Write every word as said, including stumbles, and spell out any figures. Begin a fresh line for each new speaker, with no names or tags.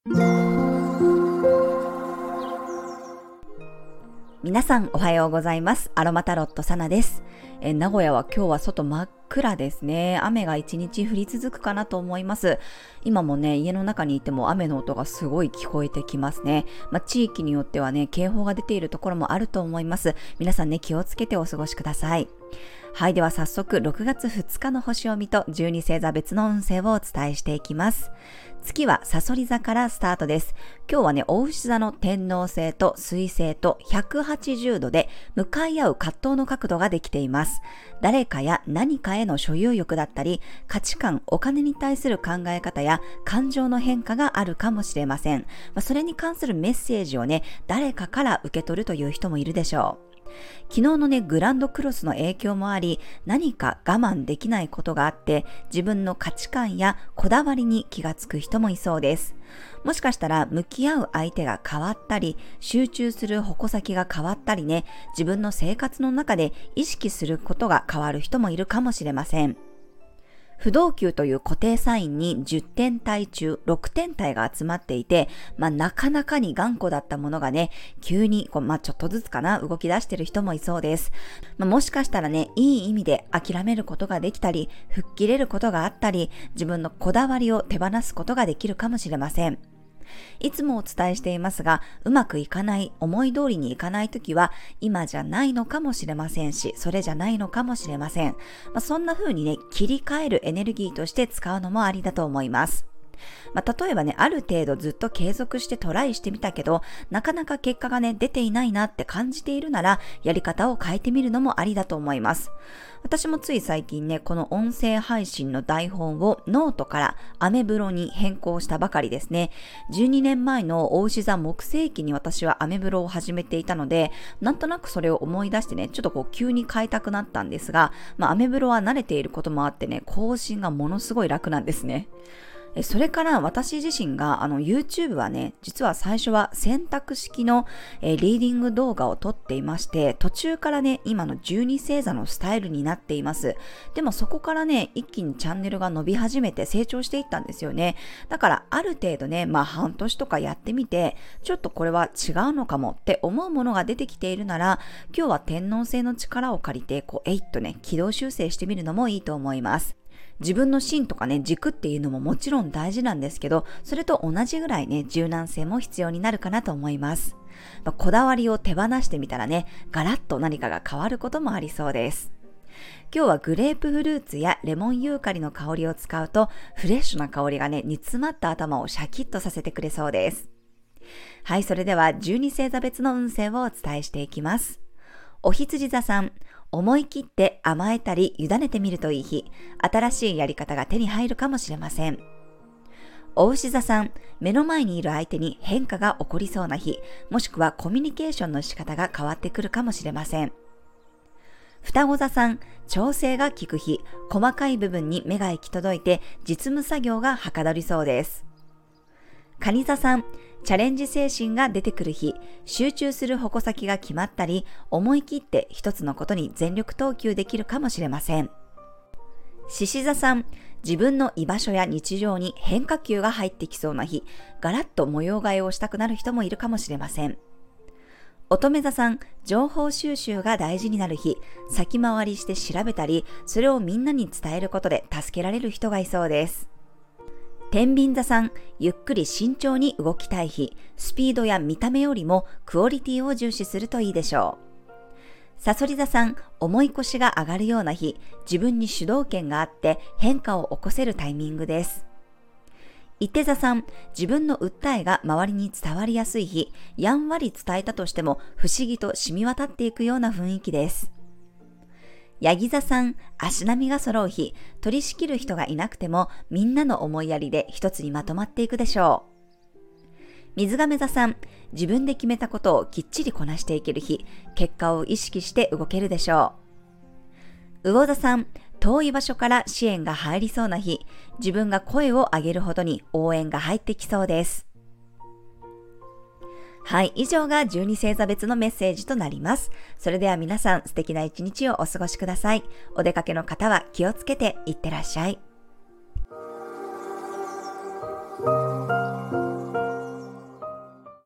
皆さんおはようございます。アロマタロットサナです。え名古屋は今日は外真っ暗ですね。雨が一日降り続くかなと思います。今もね、家の中にいても雨の音がすごい聞こえてきますね。まあ、地域によってはね、警報が出ているところもあると思います。皆さんね、気をつけてお過ごしください。はい、では早速ろくがつふつかの星読みとじゅうに星座別の運勢をお伝えしていきます。月はさそり座からスタートです。今日はね、牡牛座の天王星と水星とひゃくはちじゅうどで向かい合う葛藤の角度ができています。誰かや何かへの所有欲だったり、価値観、お金に対する考え方や感情の変化があるかもしれません。まあ、それに関するメッセージをね、誰かから受け取るという人もいるでしょう。昨日のね、グランドクロスの影響もあり、何か我慢できないことがあって、自分の価値観やこだわりに気がつく人もいそうです。もしかしたら向き合う相手が変わったり、集中する矛先が変わったりね、自分の生活の中で意識することが変わる人もいるかもしれません。不動級という固定サインにじゅってん体中ろくてん体が集まっていて、まあ、なかなかに頑固だったものがね、急にこう、まあ、ちょっとずつかな、動き出している人もいそうです。まあ、もしかしたらね、いい意味で諦めることができたり、吹っ切れることがあったり、自分のこだわりを手放すことができるかもしれません。いつもお伝えしていますが、うまくいかない、思い通りにいかないときは、今じゃないのかもしれませんし、それじゃないのかもしれません。まあ、そんな風にね、切り替えるエネルギーとして使うのもありだと思います。まあ、例えばね、ある程度ずっと継続してトライしてみたけど、なかなか結果がね、出ていないなって感じているなら、やり方を変えてみるのもありだと思います。私もつい最近ね、この音声配信の台本をノートからアメブロに変更したばかりですね。じゅうにねんまえの牡牛座木星期に私はアメブロを始めていたので、なんとなくそれを思い出してね、ちょっとこう急に変えたくなったんですが、まあ、アメブロは慣れていることもあってね、更新がものすごい楽なんですね。それから私自身があの YouTube はね、実は最初は選択式の、えー、リーディング動画を撮っていまして、途中からね、今のじゅうに星座のスタイルになっています。でもそこからね、一気にチャンネルが伸び始めて成長していったんですよね。だからある程度ね、まあ半年とかやってみて、ちょっとこれは違うのかもって思うものが出てきているなら、今日は天王星の力を借りて、こう、えいっとね、軌道修正してみるのもいいと思います。自分の芯とかね、軸っていうのももちろん大事なんですけど、それと同じぐらいね、柔軟性も必要になるかなと思います。まあ、こだわりを手放してみたらね、ガラッと何かが変わることもありそうです。今日はグレープフルーツやレモンユーカリの香りを使うと、フレッシュな香りがね、煮詰まった頭をシャキッとさせてくれそうです。はい、それではじゅうに星座別の運勢をお伝えしていきます。お羊座さん、思い切って甘えたり委ねてみるといい日、新しいやり方が手に入るかもしれません。お牛座さん、目の前にいる相手に変化が起こりそうな日、もしくはコミュニケーションの仕方が変わってくるかもしれません。双子座さん、調整が効く日、細かい部分に目が行き届いて実務作業がはかどりそうです。蟹座さん、チャレンジ精神が出てくる日、集中する矛先が決まったり、思い切って一つのことに全力投球できるかもしれません。獅子座さん、自分の居場所や日常に変化球が入ってきそうな日、ガラッと模様替えをしたくなる人もいるかもしれません。乙女座さん、情報収集が大事になる日、先回りして調べたり、それをみんなに伝えることで助けられる人がいそうです。天秤座さん、ゆっくり慎重に動きたい日、スピードや見た目よりもクオリティを重視するといいでしょう。さそり座さん、重い腰が上がるような日、自分に主導権があって変化を起こせるタイミングです。いて座さん、自分の訴えが周りに伝わりやすい日、やんわり伝えたとしても不思議と染み渡っていくような雰囲気です。ヤギ座さん、足並みが揃う日、取り仕切る人がいなくてもみんなの思いやりで一つにまとまっていくでしょう。水亀座さん、自分で決めたことをきっちりこなしていける日、結果を意識して動けるでしょう。魚座さん、遠い場所から支援が入りそうな日、自分が声を上げるほどに応援が入ってきそうです。はい、以上がじゅうに星座別のメッセージとなります。それでは皆さん、素敵な一日をお過ごしください。お出かけの方は気をつけていってらっしゃい。